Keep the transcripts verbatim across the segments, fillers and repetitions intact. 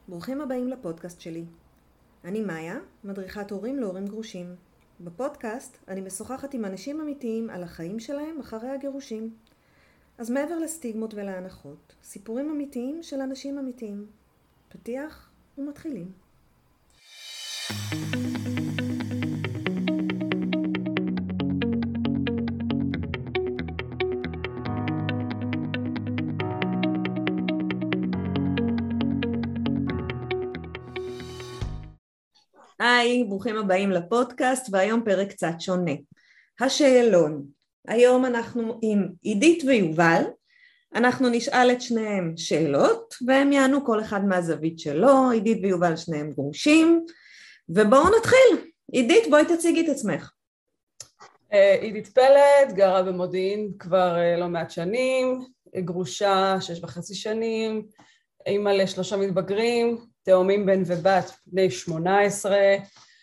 ברוכים הבאים לפודקאסט שלי. אני מאיה, מדריכת הורים להורים גרושים. בפודקאסט אני משוחחת עם אנשים אמיתיים על החיים שלהם אחרי הגירושים. אז מעבר לסטיגמות ולהנחות, סיפורים אמיתיים של אנשים אמיתיים. פתיח ומתחילים. היי, ברוכים הבאים לפודקאסט, והיום פרק קצת שונה. השאלון. היום אנחנו עם עידית ויובל. אנחנו נשאל את שניהם שאלות, והם יענו כל אחד מהזווית שלו. עידית ויובל שניהם גרושים. ובואו נתחיל. עידית, בואי תציגי את עצמך. עידית פלד, גרה במודיעין כבר לא מעט שנים, גרושה שש וחצי שנים, אימא לשלושה מתבגרים, תאומים בן ובת בני שמונה עשרה,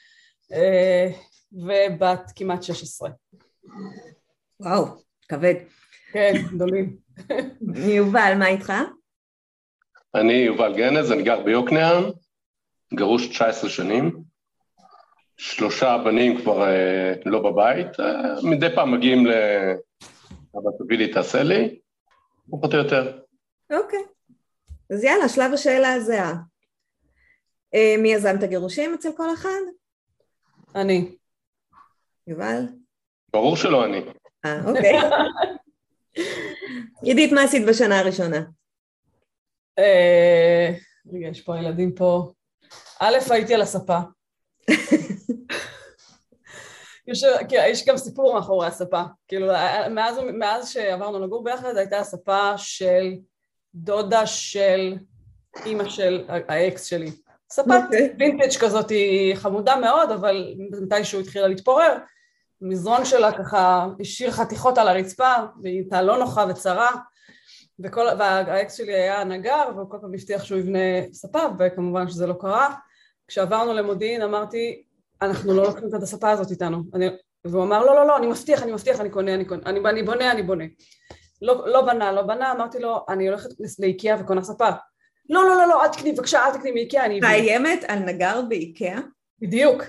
ובת כמעט שש עשרה. וואו, כבד. כן, גדולים. יובל, מה איתך? אני יובל גנז, אני גר ביוקנעם, גרוש תשע עשרה שנים, שלושה בנים כבר לא בבית, מדי פעם מגיעים לאבא תביא לי תעשה לי, פחות או יותר. אוקיי, אז יאללה, שלב השאלה הזהה. מי יזם את הגירושים אצל כל אחד? אני. יובל? ברור שלא אני. אה, אוקיי. עידית, מה עשית בשנה הראשונה? רגע, יש פה ילדים פה. א', הייתי על הספה. יש, יש גם סיפור מאחורי הספה. כאילו, מאז, מאז שעברנו לגור ביחד, הייתה הספה של דודה של אמא של האקס שלי. ספת וינטג' כזאת היא חמודה מאוד, אבל מתישהו התחילה להתפורר. המזרון שלה ככה השאיר חתיכות על הרצפה, והיא הייתה לא נוחה וצרה, והאקס שלי היה נגר, והוא כל פעם הבטיח שהוא יבנה ספה, וכמובן שזה לא קרה. כשעברנו למודיעין אמרתי, אנחנו לא לוקחים את הספה הזאת איתנו. אני, והוא אמר, לא, לא, לא, אני מבטיח, אני מבטיח, אני קונה, אני קונה, אני, אני בונה, אני בונה. לא, לא בנה, לא בנה, אמרתי לו, אני הולכת לאיקאה וקונה ספה. לא, לא, לא, לא, אל תקני, בבקשה, אל תקני מאיקאה, אני... מאיימת על נגר באיקאה? בדיוק.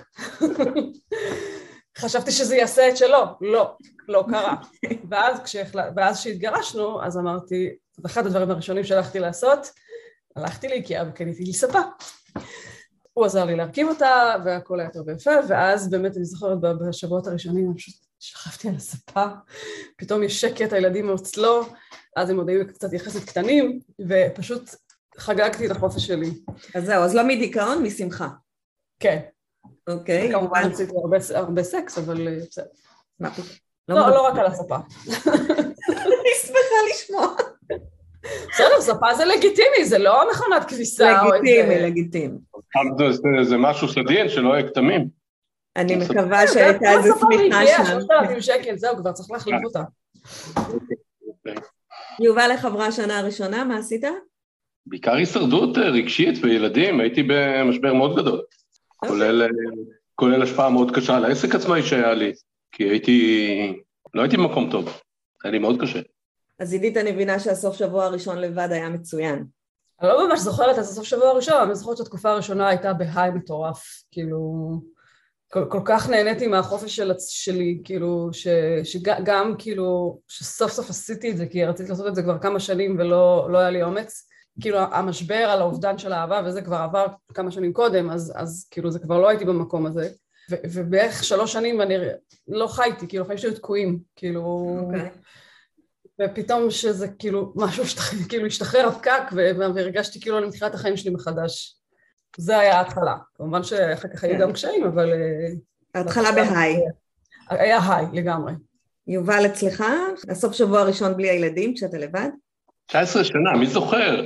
חשבתי שזה יעשה את שלו, לא, לא קרה. ואז, כשהחל... ואז שהתגרשנו, אז אמרתי, אחד הדברים הראשונים שהלכתי לעשות, הלכתי לאיקאה וקניתי לי ספה. הוא עזר לי להרכיב אותה, והכל היה טוב ויפה, ואז באמת אני זוכרת בשבועות הראשונים, אני פשוט שכבתי על הספה, פתאום יש שקט, הילדים אצלו, אז הם עוד היו קצת יחסית קטנים, ופשוט חגגתי את החופש שלי. אז זהו, אז לא מדיכאון, משמחה. כן. אוקיי. כמובן עשיתי הרבה סקס, אבל בסדר. מה פתאום? לא רק על הספה. אני שמחה לשמוע. בסדר, ספה זה לגיטימי, זה לא מכונת כביסה. לגיטימי, לגיטימי. זה משהו סדין שלא יהיה כתמים. אני מקווה שהייתה איזה סמיכה שם. שלושת אלפים שקל, זהו, כבר צריך להחליף אותה. יובל, איך עברה השנה הראשונה, מה עשית? בעיקר הישרדות רגשית וילדים, הייתי במשבר מאוד גדול. כולל השפעה מאוד קשה על העסק עצמאי שהיה לי, כי הייתי, לא הייתי במקום טוב, היה לי מאוד קשה. אז עידית, אני מבינה שהסוף שבוע הראשון לבד היה מצוין. אני לא ממש זוכרת את הסוף שבוע הראשון, אני זוכרת שהתקופה הראשונה הייתה בהיי מטורף, כאילו, כל, כל כך נהניתי מהחופש של, שלי, כאילו, ש, שגם כאילו, שסוף סוף עשיתי את זה, כי רציתי לעשות את זה כבר כמה שנים ולא לא היה לי אומץ, כאילו המשבר על האובדן של האהבה, וזה כבר עבר כמה שנים קודם, אז, אז כאילו זה כבר לא הייתי במקום הזה, ו, ובערך שלוש שנים ואני לא חייתי, כאילו חיים שלי תקועים, כאילו, okay. ופתאום שזה כאילו משהו כאילו השתחרר הפקק, והרגשתי כאילו אני מתחילה את החיים שלי מחדש. זה היה ההתחלה, כמובן שאחר כך היו גם קשיים, אבל... ההתחלה בהיי. היה היי לגמרי. יובל, אצלך, הסוף שבוע הראשון בלי הילדים, כשאתה לבד? תשע עשרה שנה, מי זוכר?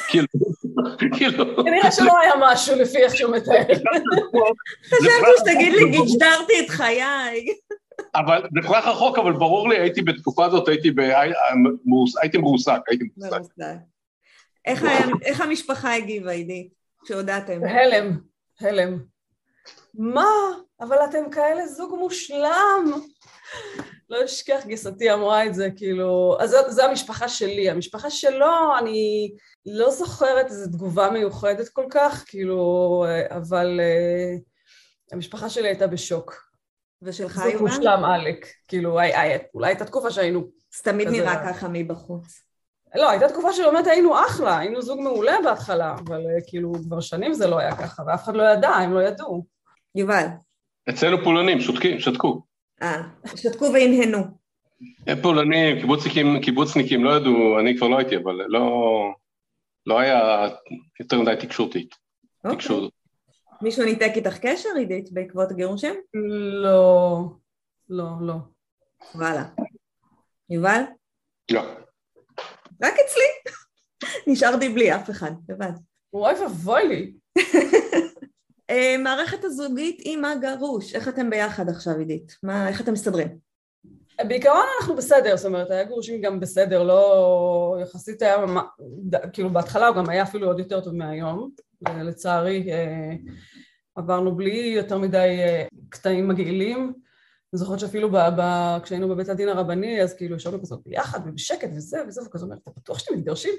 כנראה שלא היה משהו לפי איך שהוא מתאר. חשבתי שתגיד לי, גיג'דרתי את חיי. אבל זה כל כך רחוק, אבל ברור לי, הייתי בתקופה הזאת, הייתי מרוסק, הייתי מרוסק. איך המשפחה הגיבה, עידית, כשהודעתם? הלם, הלם. מה? אבל אתם כאלה זוג מושלם. לא אשכח, גיסתי אמרה את זה, כאילו, אז זו, זו המשפחה שלי, המשפחה שלו, אני לא זוכרת איזו תגובה מיוחדת כל כך, כאילו, אבל uh, המשפחה שלי הייתה בשוק. ושלך זוג יובל? מושלם עלק, כאילו, הי, הי, אולי הייתה תקופה שהיינו... אז תמיד כזה... נראה ככה מבחוץ. לא, הייתה תקופה שבאמת היינו אחלה, היינו זוג מעולה בהתחלה, אבל uh, כאילו, כבר שנים זה לא היה ככה, ואף אחד לא ידע, הם לא ידעו. יובל. אצלנו פולנים, שותקים, שתקו. אה, שתקו והנהנו. הם פולנים, קיבוצניקים, קיבוצניקים, לא ידעו, אני כבר לא הייתי, אבל לא, לא היה יותר מדי תקשורתית. אוקיי. תקשור. מישהו ניתק איתך קשר, עידית, בעקבות הגירושים? לא, לא, לא. וואלה. יובל? לא. רק אצלי. נשארתי בלי אף אחד, לבד. וואי ובואי לי. מערכת הזוגית עם הגרוש, איך אתם ביחד עכשיו, עידית? מה, איך אתם מסתדרים? בעיקרון אנחנו בסדר, זאת אומרת, היה גרושים גם בסדר, לא יחסית היה, כאילו בהתחלה הוא גם היה אפילו עוד יותר טוב מהיום, לצערי עברנו בלי יותר מדי קטעים מגעילים, אני זוכרת שאפילו ב, ב, כשהיינו בבית הדין הרבני, אז כאילו ישבנו כזאת ביחד ובשקט וזה וזה, וכזאת אומרת, אתה בטוח שאתם מתגרשים?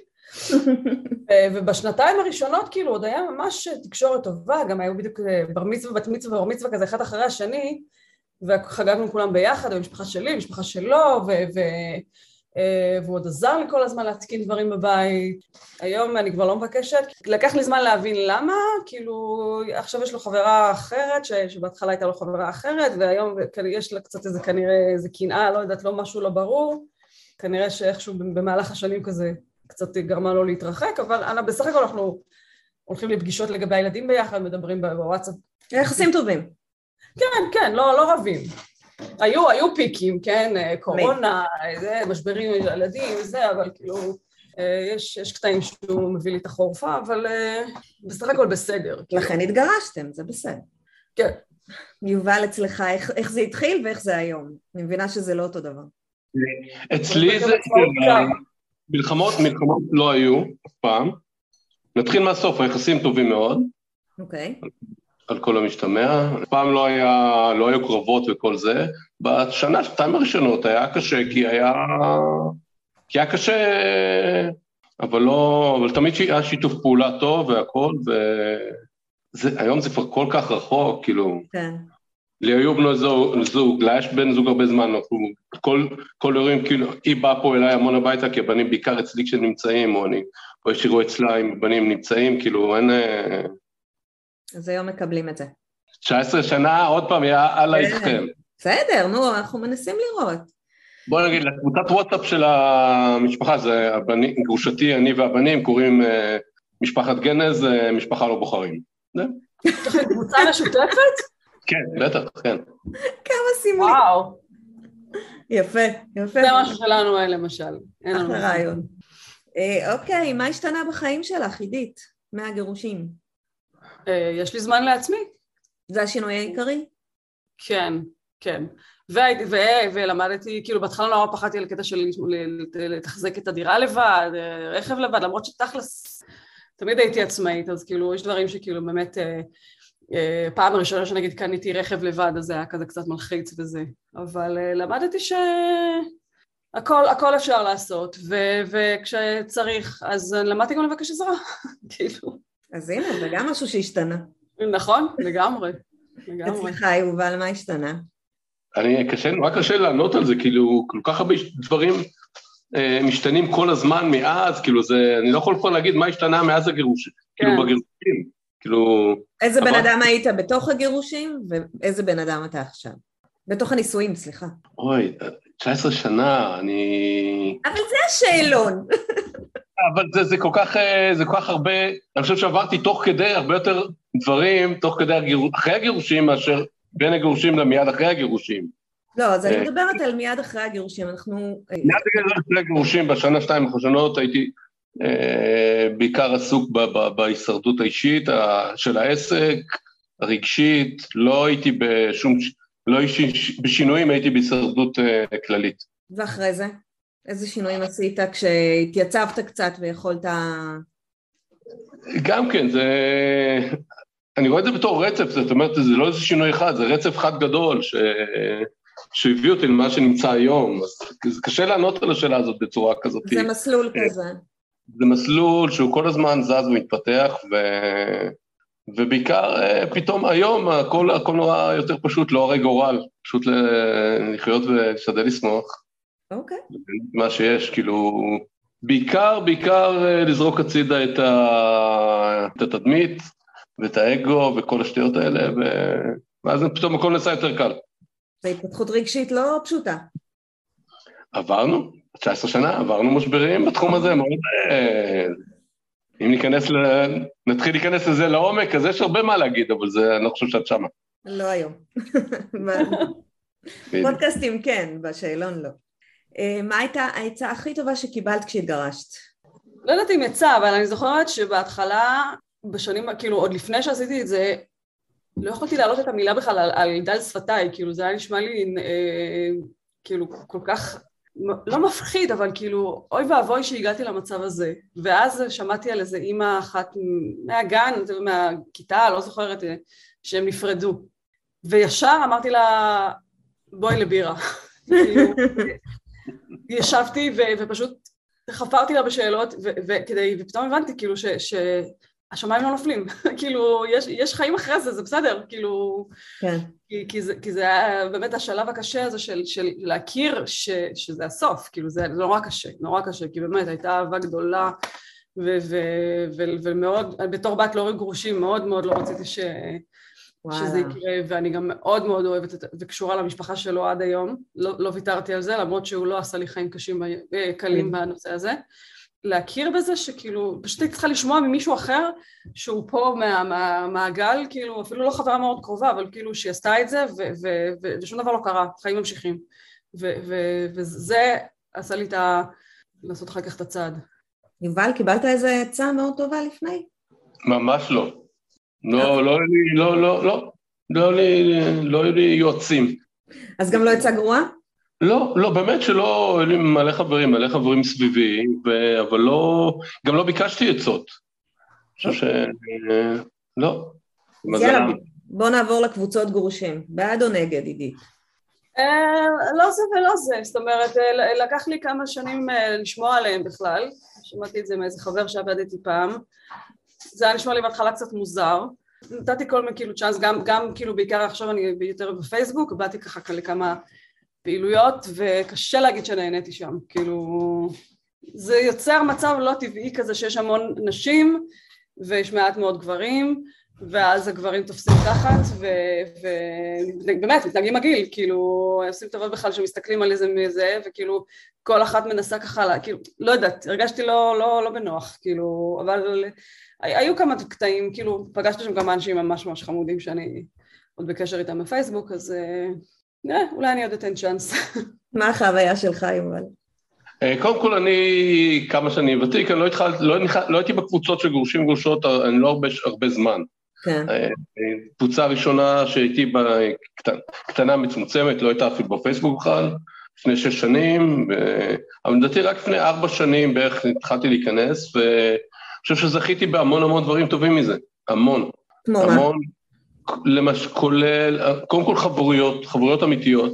ובשנתיים הראשונות כאילו עוד היה ממש תקשורת טובה, גם היו בדיוק בר מצווה, בת מצווה ובר מצווה כזה אחד אחרי השני, וחגגנו כולם ביחד, המשפחה שלי, המשפחה שלו, ו- ו- והוא עוד עזר לי כל הזמן להתקין דברים בבית. היום אני כבר לא מבקשת, לקח לי זמן להבין למה, כאילו עכשיו יש לו חברה אחרת, ש- שבהתחלה הייתה לו חברה אחרת, והיום יש לה קצת איזה כנראה איזה קנאה, לא יודעת, לא משהו לא ברור, כנראה שאיכשהו במהלך השנים כזה קצת גרמה לו להתרחק, אבל אני, בסך הכל אנחנו הולכים לפגישות לגבי הילדים ביחד, מדברים בוואטסאפ. יחסים טובים. כן, כן, לא, לא רבים. היו, היו פיקים, כן, קורונה, זה, משברים עם ילדים, זה, אבל כאילו, יש, יש קטעים שהוא מביא לי את החורפה, אבל בסך הכל בסדר. לכן התגרשתם, זה בסדר. כן. יובל, אצלך, איך, איך זה התחיל ואיך זה היום? אני מבינה שזה לא אותו דבר. אצלי זה, מלחמות, מלחמות לא היו אף פעם. נתחיל מהסוף, היחסים טובים מאוד. אוקיי. על כל המשתמע. פעם לא היה, לא היו קרבות וכל זה. בשנה, שתיים הראשונות היה קשה, כי היה, כי היה קשה, אבל לא, אבל תמיד היה שיתוף פעולה טוב והכל, והיום זה כבר כל כך רחוק, כאילו. כן. לי היו בנו זוג, לה יש בן זוג הרבה זמן, אנחנו, כל, כל אירועים, כאילו, היא באה פה אליי המון הביתה, כי הבנים בעיקר אצלי כשנמצאים, או אני, או ישירו אצלה עם הבנים נמצאים, כאילו, אין... אז היום מקבלים את זה. תשע עשרה שנה, עוד פעם, יהיה הלאה איתכם. בסדר, נו, אנחנו מנסים לראות. בוא נגיד, לקבוצת וואטסאפ של המשפחה, זה הבנים, גרושתי, אני והבנים, קוראים משפחת גנז, משפחה לא בוחרים. יש לכם קבוצה משותפת? כן, בטח, כן. כמה סימוי. וואו. יפה, יפה. זה משהו שלנו, למשל. אחלה רעיון. אוקיי, מה השתנה בחיים שלך, עידית, מהגירושים? יש לי זמן לעצמי. זה השינוי העיקרי? כן, כן. ולמדתי, כאילו בהתחלה נורא פחדתי על הקטע של לתחזק את הדירה לבד, רכב לבד, למרות שתכלס תמיד הייתי עצמאית, אז כאילו יש דברים שכאילו באמת, פעם הראשונה שנגיד קניתי רכב לבד, אז זה היה כזה קצת מלחיץ וזה, אבל למדתי שהכל הכל אפשר לעשות, וכשצריך, אז למדתי גם לבקש עזרה, כאילו. אז הנה, זה גם משהו שהשתנה. נכון, לגמרי. אצלך, יובל, מה השתנה? אני קשה, רק קשה לענות על זה, כאילו, כל כך הרבה דברים אה, משתנים כל הזמן מאז, כאילו זה, אני לא יכול כבר להגיד מה השתנה מאז הגירושים, כן. כאילו בגירושים, כאילו... איזה אבל... בן אדם היית בתוך הגירושים, ואיזה בן אדם אתה עכשיו? בתוך הנישואים, סליחה. אוי, תשע עשרה שנה, אני... אבל זה השאלון. אבל זה, זה כל כך, זה כל כך הרבה, אני חושב שעברתי תוך כדי הרבה יותר דברים, תוך כדי הגירושים, אחרי הגירושים, מאשר בין הגירושים למיד אחרי הגירושים. לא, אז אני מדברת על מיד אחרי הגירושים, אנחנו... מיד אחרי הגירושים, בשנה שתיים האחרונות הייתי בעיקר עסוק בהישרדות האישית של העסק, הרגשית, לא הייתי בשום, לא הייתי בשינויים, הייתי בהישרדות כללית. ואחרי זה? איזה שינויים עשית כשהתייצבת קצת ויכולת... גם כן, זה... אני רואה את זה בתור רצף, זאת אומרת, זה לא איזה שינוי אחד, זה רצף חד גדול, ש... שהביא אותי למה שנמצא היום, אז זה קשה לענות על השאלה הזאת בצורה כזאת. זה מסלול כזה. זה מסלול שהוא כל הזמן זז ומתפתח, ו... ובעיקר פתאום היום הכל, הכל נורא יותר פשוט, לא הרי גורל, פשוט לחיות ולשתדל לשמוח. אוקיי. מה שיש, כאילו, בעיקר, בעיקר לזרוק הצידה את, ה... את התדמית, ואת האגו וכל השטויות האלה, ו... ואז פתאום הכל נעשה יותר קל. זו התפתחות רגשית לא פשוטה. עברנו, תשע עשרה שנה, עברנו משברים בתחום הזה, מאוד... אם ניכנס ל... נתחיל להיכנס לזה לעומק, אז יש הרבה מה להגיד, אבל זה, אני לא חושב שאת שמה. לא היום. פודקאסטים כן, בשאלון לא. מה הייתה העצה הכי טובה שקיבלת כשהתגרשת? לא יודעת אם עצה, אבל אני זוכרת שבהתחלה, בשנים, כאילו עוד לפני שעשיתי את זה, לא יכולתי להעלות את המילה בכלל על, על דל שפתיי, כאילו זה היה נשמע לי אה, כאילו כל כך, לא מפחיד, אבל כאילו אוי ואבוי שהגעתי למצב הזה, ואז שמעתי על איזה אימא אחת מהגן, מהכיתה, לא זוכרת, שהם נפרדו, וישר אמרתי לה, בואי לבירה, כאילו, ישבתי ו, ופשוט חפרתי לה בשאלות, ו, וכדי, ופתאום הבנתי כאילו ש... ש השמיים לא נופלים, כאילו, יש, יש חיים אחרי זה, זה בסדר, כאילו, כן. כי, כי, זה, כי זה היה באמת השלב הקשה הזה של, של להכיר ש, שזה הסוף, כאילו, זה, זה נורא קשה, נורא קשה, כי באמת הייתה אהבה גדולה, ו, ו, ו, ומאוד, בתור בת להורים גרושים, מאוד מאוד לא רציתי ש, שזה יקרה, ואני גם מאוד מאוד אוהבת את, וקשורה למשפחה שלו עד היום, לא, לא ויתרתי על זה, למרות שהוא לא עשה לי חיים קשים, קלים בנושא הזה, להכיר בזה שכאילו, פשוט הייתי צריכה לשמוע ממישהו אחר שהוא פה מהמעגל, מה, כאילו אפילו לא חברה מאוד קרובה, אבל כאילו שהיא עשתה את זה ו- ו- ו- ושום דבר לא קרה, חיים ממשיכים. ו- ו- וזה עשה לי את ה... לעשות אחר כך את הצעד. יובל, קיבלת איזה עצה מאוד טובה לפני? ממש לא. לא, לא, לא, לא, לא, לא, לא היו לי יועצים. אז גם לא עצה גרועה? לא, לא, באמת שלא, היו לי מלא חברים, מלא חברים סביבי, אבל לא, גם לא ביקשתי עצות. אני חושב ש... לא. אז יאללה, בוא נעבור לקבוצות גרושים. בעד או נגד, עידית? לא זה ולא זה, זאת אומרת, לקח לי כמה שנים לשמוע עליהם בכלל, שמעתי את זה מאיזה חבר שעבדתי פעם, זה היה נשמע לי בהתחלה קצת מוזר, נתתי כל מיני כאילו צ'אנס, גם, גם כאילו בעיקר עכשיו אני יותר בפייסבוק, באתי ככה לכמה פעילויות, וקשה להגיד שנהניתי שם, כאילו, זה יוצר מצב לא טבעי כזה שיש המון נשים, ויש מעט מאוד גברים, ואז הגברים תופסים תחת, ובאמת, מתנהגים מגיל, כאילו, עושים טובות בכלל שמסתכלים על איזה מזה, וכאילו, כל אחת מנסה ככה, כאילו, לא יודעת, הרגשתי לא, לא, לא בנוח, כאילו, אבל היו כמה קטעים, כאילו, פגשתי שם כמה אנשים ממש ממש חמודים, שאני עוד בקשר איתם בפייסבוק, אז נראה, אולי אני עוד אתן צ'אנס. מה החוויה שלך, יובל? קודם כל, אני, כמה שאני ותיק, אני לא, התחל, לא, לא הייתי בקבוצות של גרושים גרושות, אני לא הרבה, הרבה זמן. כן. קבוצה ראשונה שהייתי בה, קטנה, קטנה מצומצמת, לא הייתה אפילו בפייסבוק בכלל, לפני שש שנים, אבל לדעתי רק לפני ארבע שנים בערך התחלתי להיכנס, ואני חושב שזכיתי בהמון המון דברים טובים מזה, המון. כמו המון, למש, כולל, קודם כל חברויות, חברויות אמיתיות,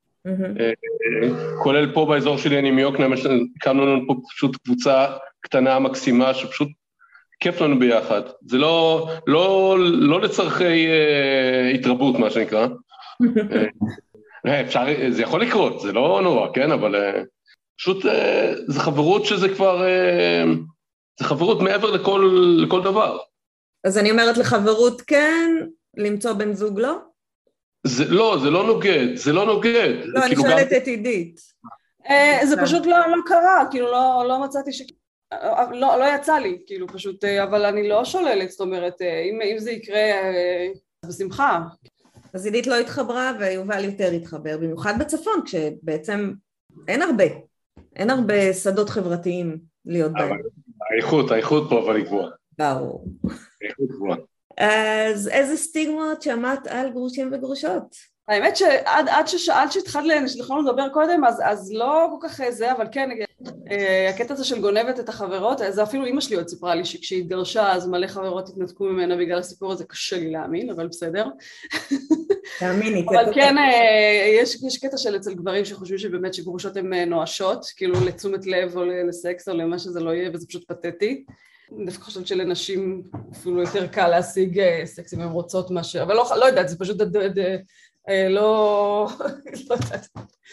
כולל פה באזור שלי, אני מיוקנעם, הקמנו לנו פה פשוט קבוצה קטנה מקסימה, שפשוט כיף לנו ביחד. זה לא, לא, לא לצרכי אה, התרבות, מה שנקרא. אה, אפשר, זה יכול לקרות, זה לא נורא, כן? אבל אה, פשוט אה, זה חברות שזה כבר, אה, זה חברות מעבר לכל, לכל דבר. אז אני אומרת לחברות כן, למצוא בן זוג לא? זה לא, זה לא נוגד, זה לא נוגד. לא, אני שואלת את עידית. זה פשוט לא קרה, כאילו לא מצאתי ש... לא, לא יצא לי, כאילו פשוט, אבל אני לא שוללת, זאת אומרת, אם, אם זה יקרה, בשמחה. אז עידית לא התחברה ויובל יותר התחבר, במיוחד בצפון, כשבעצם אין הרבה, אין הרבה שדות חברתיים להיות בהם. האיכות, האיכות פה אבל היא גבוהה. ברור. האיכות גבוהה. אז איזה סטיגמות שמעת על גרושים וגרושות? האמת שעד עד ששאלת שהתחלנו לדבר קודם, אז, אז לא כל כך זה, אבל כן, הקטע הזה של גונבת את החברות, זה אפילו אמא שלי עוד סיפרה לי שכשהיא התגרשה אז מלא חברות התנתקו ממנה בגלל הסיפור הזה, קשה לי להאמין, אבל בסדר. תאמיני. אבל כן, יש, יש קטע של אצל גברים שחושבים שבאמת שגרושות הן נואשות, כאילו לתשומת לב או לסקס או למה שזה לא יהיה, וזה פשוט פתטי. אני דווקא חושבת שלנשים אפילו יותר קל להשיג סקס אם הן רוצות משהו, אבל לא, לא יודעת, זה פשוט ד, ד, ד, לא, לא יודעת.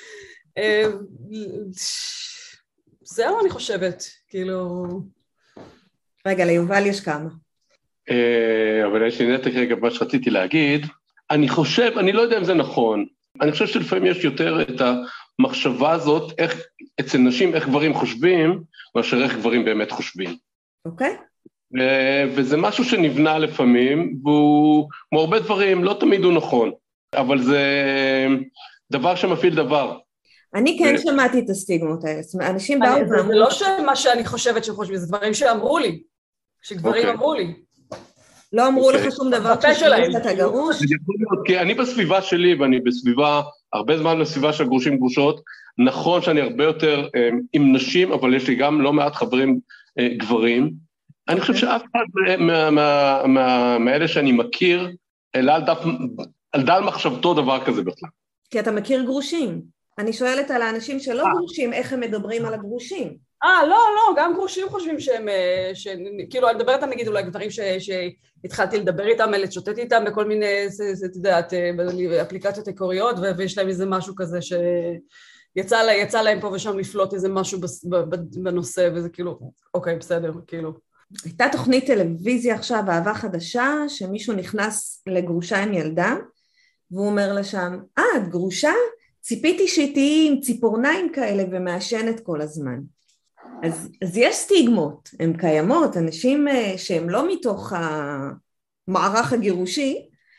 זהו אני חושבת, כאילו... רגע, ליובל יש כמה. אבל יש לי נתק רגע מה שרציתי להגיד. אני חושב, אני לא יודע אם זה נכון, אני חושב שלפעמים יש יותר את המחשבה הזאת, איך אצל נשים, איך גברים חושבים, מאשר איך גברים באמת חושבים. אוקיי. וזה משהו שנבנה לפעמים, והוא, כמו הרבה דברים, לא תמיד הוא נכון, אבל זה דבר שמפעיל דבר. אני כן שמעתי את הסטיגמות האלה, אנשים באו ואמרו... זה לא מה שאני חושבת שחושבים, זה דברים שאמרו לי, שגברים אמרו לי. לא אמרו לך שום דבר כששאלת את הגרוש? כי אני בסביבה שלי, ואני בסביבה, הרבה זמן בסביבה של גרושים גרושות, נכון שאני הרבה יותר עם נשים, אבל יש לי גם לא מעט חברים גברים. אני חושב שאף אחד מאלה שאני מכיר, אלא על דל מחשבתו דבר כזה בכלל. כי אתה מכיר גרושים. אני שואלת על האנשים שלא גרושים, איך הם מדברים על הגרושים. אה, לא, לא, גם גרושים חושבים שהם, כאילו, אני מדברת נגיד אולי גברים שהתחלתי לדבר איתם, לשוטט איתם בכל מיני, את יודעת, אפליקציות עיקריות, ויש להם איזה משהו כזה שיצא להם פה ושם לפלוט איזה משהו בנושא, וזה כאילו, אוקיי, בסדר, כאילו. הייתה תוכנית טלוויזיה עכשיו, אהבה חדשה, שמישהו נכנס לגרושה עם ילדה, והוא אומר לה שם, אה, את גרושה? ציפיתי שתהיי עם ציפורניים כאלה ומעשנת כל הזמן. אז, אז יש סטיגמות, הן קיימות, אנשים שהם לא מתוך המערך הגירושי,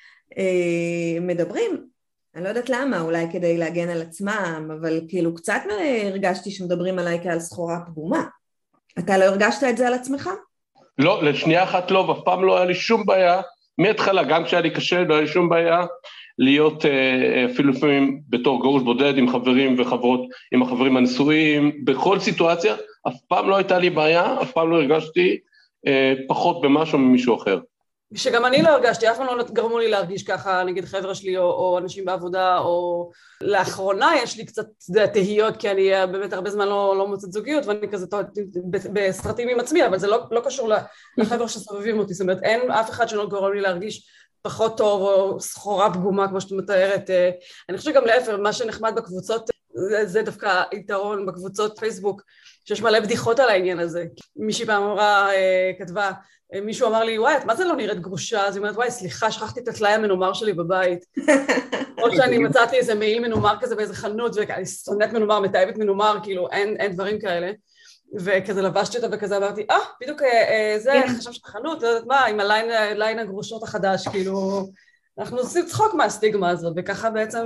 מדברים, אני לא יודעת למה, אולי כדי להגן על עצמם, אבל כאילו קצת הרגשתי שמדברים עליי כעל סחורה פגומה. אתה לא הרגשת את זה על עצמך? לא, לשנייה אחת לא, ואף פעם לא היה לי שום בעיה, מהתחלה, גם כשהיה לי קשה, לא היה לי שום בעיה, להיות אפילו לפעמים בתור גרוש בודד עם חברים וחברות, עם החברים הנשואים, בכל סיטואציה, אף פעם לא הייתה לי בעיה, אף פעם לא הרגשתי פחות במשהו ממישהו אחר. שגם אני לא הרגשתי, אף פעם לא גרמו לי להרגיש ככה, נגיד חבר'ה שלי או, או אנשים בעבודה, או לאחרונה יש לי קצת תהיות, כי אני באמת הרבה זמן לא, לא מוצאת זוגיות, ואני כזה בסרטים עם עצמי, אבל זה לא, לא קשור לחבר'ה שסובבים אותי, זאת אומרת, אין אף אחד שלא גורם לי להרגיש פחות טוב או סחורה פגומה, כמו שאת מתארת. אני חושבת גם להפך, מה שנחמד בקבוצות, זה, זה דווקא יתרון בקבוצות פייסבוק, שיש מלא בדיחות על העניין הזה. מישהי פעם אמרה, כתבה, מישהו אמר לי, וואי, מה זה לא נראית גרושה? אז היא אומרת, וואי, סליחה, שכחתי את הטלאי המנומר שלי בבית. או שאני מצאתי איזה מעיל מנומר כזה באיזה חנות, ואני שונאת מנומר, מתאהבת מנומר, כאילו, אין, אין דברים כאלה. וכזה לבשתי אותה וכזה אמרתי, אה, בדיוק זה, חשב של החנות, לא יודעת מה, עם הליין הגרושות החדש, כאילו, אנחנו עושים צחוק מהסטיגמה הזאת, וככה בעצם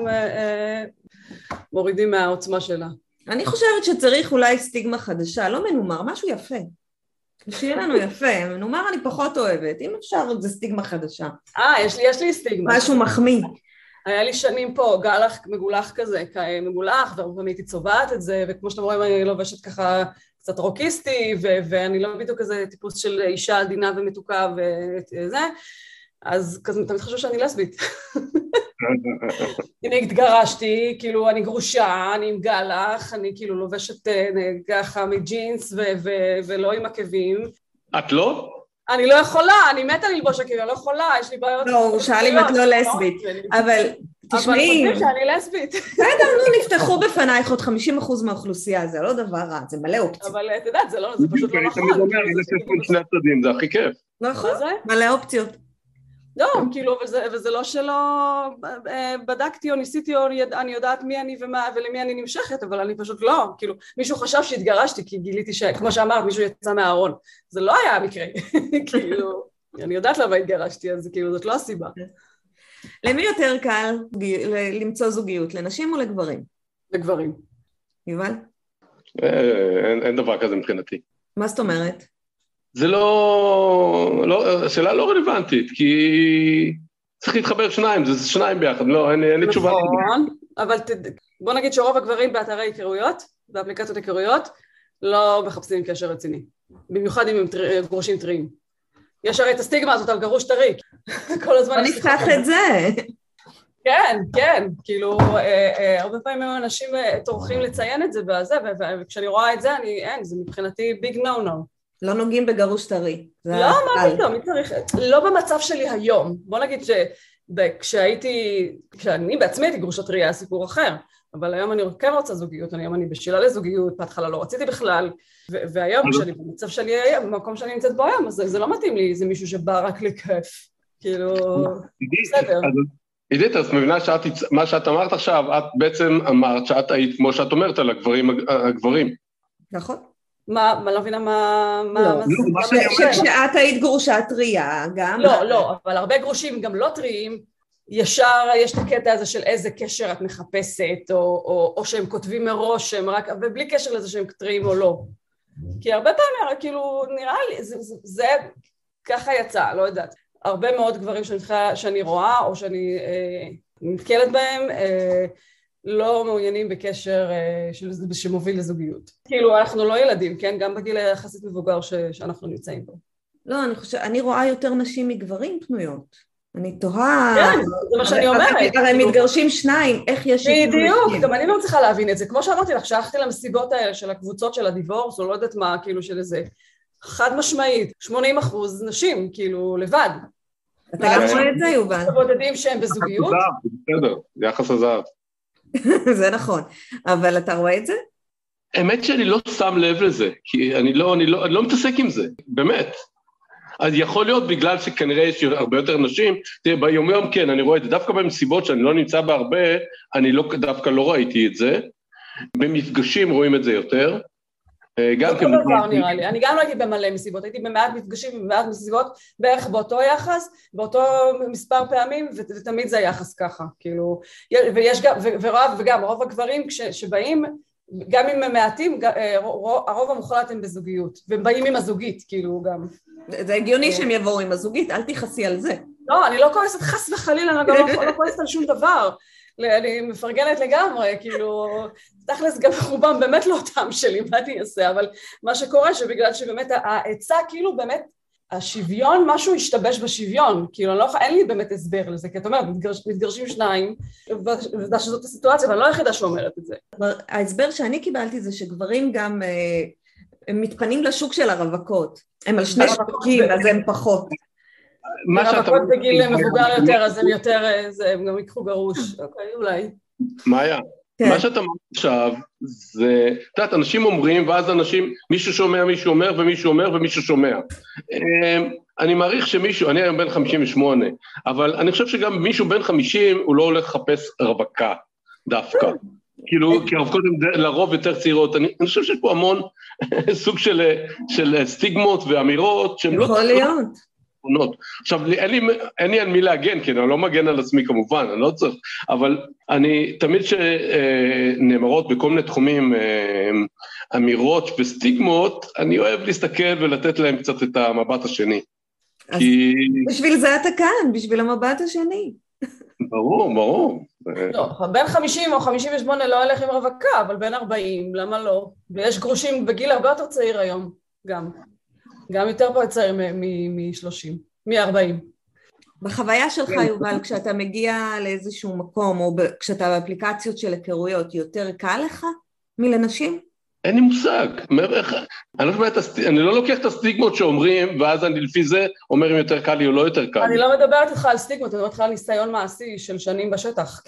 מורידים מהעוצמה שלה. אני חושבת שצריך אולי סטיגמה חדשה, לא מנומר, משהו יפה. שיהיה לנו יפה, מנומר אני פחות אוהבת, אם אפשר זה סטיגמה חדשה. אה, יש לי, יש לי סטיגמה. משהו מחמיא. היה לי שנים פה גלח מגולח כזה, מגולח, והרבה הייתי צובעת את זה, וכמו שאתם רואים אני לובשת ככה קצת רוקיסטי, ו- ואני לא בדיוק איזה טיפוס של אישה עדינה ומתוקה וזה, אז כזה תמיד חשוב שאני לסבית. הנה התגרשתי, כאילו אני גרושה, אני עם גלח, אני כאילו לובשת ככה מג'ינס ו- ו- ולא עם עקבים. את לא? אני לא יכולה, אני מתה ללבוש עקבים, אני לא יכולה, יש לי בעיות. לא, הוא שאל אם את לא לסבית, אבל תשמעי. אבל חושבים שאני לסבית. בסדר, נו, נפתחו בפנייך עוד חמישים אחוז מהאוכלוסייה, זה לא דבר רע, זה מלא אופציות. אבל את יודעת, זה פשוט לא נכון. אני תמיד אומר, אלה שיש בין שני הצדדים, זה הכי כיף. נכון, מלא אופציות. לא, כאילו, וזה לא שלא בדקתי או ניסיתי או אני יודעת מי אני ולמי אני נמשכת, אבל אני פשוט לא, כאילו, מישהו חשב שהתגרשתי, כי גיליתי שכמו שאמרת, מישהו יצא מהארון. זה לא היה המקרה, כאילו, אני יודעת למה התגרשתי, אז כאילו, זאת לא הסיבה. למי יותר קל למצוא זוגיות, לנשים או לגברים? לגברים. יובל? אין דבר כזה מבחינתי. מה זאת אומרת? זה לא, לא, שאלה לא רלוונטית, כי צריך להתחבר שניים, זה שניים ביחד, לא, אין, אין לי תשובה. נכון, אבל בוא נגיד שרוב הגברים באתרי היכרויות, באפליקציות היכרויות, לא מחפשים קשר רציני, במיוחד אם הם גרושים טריים. יש הרי את הסטיגמה הזאת על גרוש טרי, כל הזמן... בוא נפתח את זה. כן, כן, כאילו, אה, אה, הרבה פעמים אנשים טורחים לציין את זה בזה, וכשאני רואה את זה, אני, אין, זה מבחינתי ביג נו נו. לא נוגעים בגרוש טרי. לא, מה פתאום, מי צריך? לא במצב שלי היום. בוא נגיד שכשהייתי, כשאני בעצמי הייתי גרושה טריה, היה סיפור אחר, אבל היום אני כן רוצה זוגיות, היום אני בשאלה לזוגיות, בהתחלה לא רציתי בכלל, והיום כשאני במצב שלי היום, במקום שאני נמצאת בו היום, אז זה לא מתאים לי, זה מישהו שבא רק לכיף, כאילו, בסדר. עידית, אז מבינה מה שאת אמרת עכשיו, את בעצם אמרת שאת היית, כמו שאת אומרת, על הגברים. נכון. מה, מה לא מבינה מה... לא, שאת היית גרושה טריה גם. לא, לא, אבל הרבה גרושים גם לא טריים, ישר יש את הקטע הזה של איזה קשר את מחפשת, או שהם כותבים מראש, ובלי קשר לזה שהם טריים או לא. כי הרבה פעמים, כאילו, נראה לי, זה ככה יצא, לא יודעת. הרבה מאוד גברים שאני רואה, או שאני נתקלת בהם, לא מעוניינים בקשר שמוביל לזוגיות. כאילו, אנחנו לא ילדים, כן? גם בגיל היחסית מבוגר שאנחנו נמצאים בו. לא, אני חושבת, אני רואה יותר נשים מגברים פנויות. אני תוהה... כן, זה מה שאני אומרת. הרי מתגרשים שניים, איך יש... בדיוק, גם אני לא צריכה להבין את זה. כמו שאמרתי לך, שהלכתי למסיבות האלה של הקבוצות של הדיבורס, או לא יודעת מה, כאילו של איזה חד משמעית, שמונים אחוז נשים, כאילו, לבד. אתה גם רואה את זה, יובל? בודדים שהם בזוגיות. בסדר, יחס הזהב. זה נכון, אבל אתה רואה את זה? האמת שאני לא שם לב לזה, כי אני לא, אני לא, אני לא מתעסק עם זה, באמת. אז יכול להיות בגלל שכנראה יש הרבה יותר נשים, תראה, ביום יום כן, אני רואה את זה, דווקא במסיבות שאני לא נמצא בהרבה, אני לא, דווקא לא ראיתי את זה, במפגשים רואים את זה יותר, גם אותו דבר נראה לי, אני גם לא הייתי במלא מסיבות, הייתי במעט מפגשים ובמעט מסיבות, בערך באותו יחס, באותו מספר פעמים, ותמיד זה היחס ככה, כאילו, ויש גם, וגם רוב הגברים שבאים, גם אם הם מעטים, הרוב המוחלט הם בזוגיות, והם באים עם הזוגית, כאילו גם. זה הגיוני שהם יבואו עם הזוגית, אל תיחסי על זה. לא, אני לא כועסת חס וחלילה, אני לא כועסת על שום דבר. אני מפרגנת לגמרי, כאילו, תכלס גם רובם באמת לא אותם שלי, מה אני אעשה, אבל מה שקורה שבגלל שבאמת העצה, כאילו באמת, השוויון, משהו השתבש בשוויון, כאילו, לא, אין לי באמת הסבר לזה, כי את אומרת, מתגרש, מתגרשים שניים, ודע שזאת הסיטואציה, אבל לא היחידה שאומרת את זה. ההסבר שאני קיבלתי זה שגברים גם הם מתפנים לשוק של הרווקות, הם על שני שווקים, אז הם פחות. רווקות בגיל מבוגר יותר, אז הם יותר, הם גם יקחו גרוש, אוקיי, אולי. מאיה, מה שאתה אמרת עכשיו, זה, את יודעת, אנשים אומרים, ואז אנשים, מישהו שומע, מישהו אומר, ומישהו אומר, ומישהו שומע. אני מעריך שמישהו, אני היום בן חמישים ושמונה, אבל אני חושב שגם מישהו בן חמישים, הוא לא הולך לחפש רווקה, דווקא. כאילו, כי הרווקות הן לרוב יותר צעירות, אני חושב שיש פה המון סוג של סטיגמות ואמירות, שהן לא... יכול להיות. עכשיו, אין לי, אין לי על מי להגן, כי אני לא מגן על עצמי כמובן, אני לא צריך, אבל אני תמיד שנאמרות בכל מיני תחומים אמירות וסטיגמות, אני אוהב להסתכל ולתת להם קצת את המבט השני. אז כי... בשביל זה אתה כאן, בשביל המבט השני. ברור, ברור. לא, בין חמישים או חמישים ושמונה לא הולך עם רווקה, אבל בין ארבעים, למה לא? ויש גרושים בגיל הרבה יותר צעיר היום, גם. גם יותר פה צעיר מ-שלושים, מ-ארבעים. בחוויה שלך, יובל, כשאתה מגיע לאיזשהו מקום, או כשאתה באפליקציות של היכרויות, יותר קל לך מלנשים? אין לי מושג. אני לא לוקח את הסטיגמות שאומרים, ואז אני לפי זה אומר אם יותר קל לי או לא יותר קל. אני לא מדברת איתך על סטיגמות, אני מדברת איתך על ניסיון מעשי של שנים בשטח.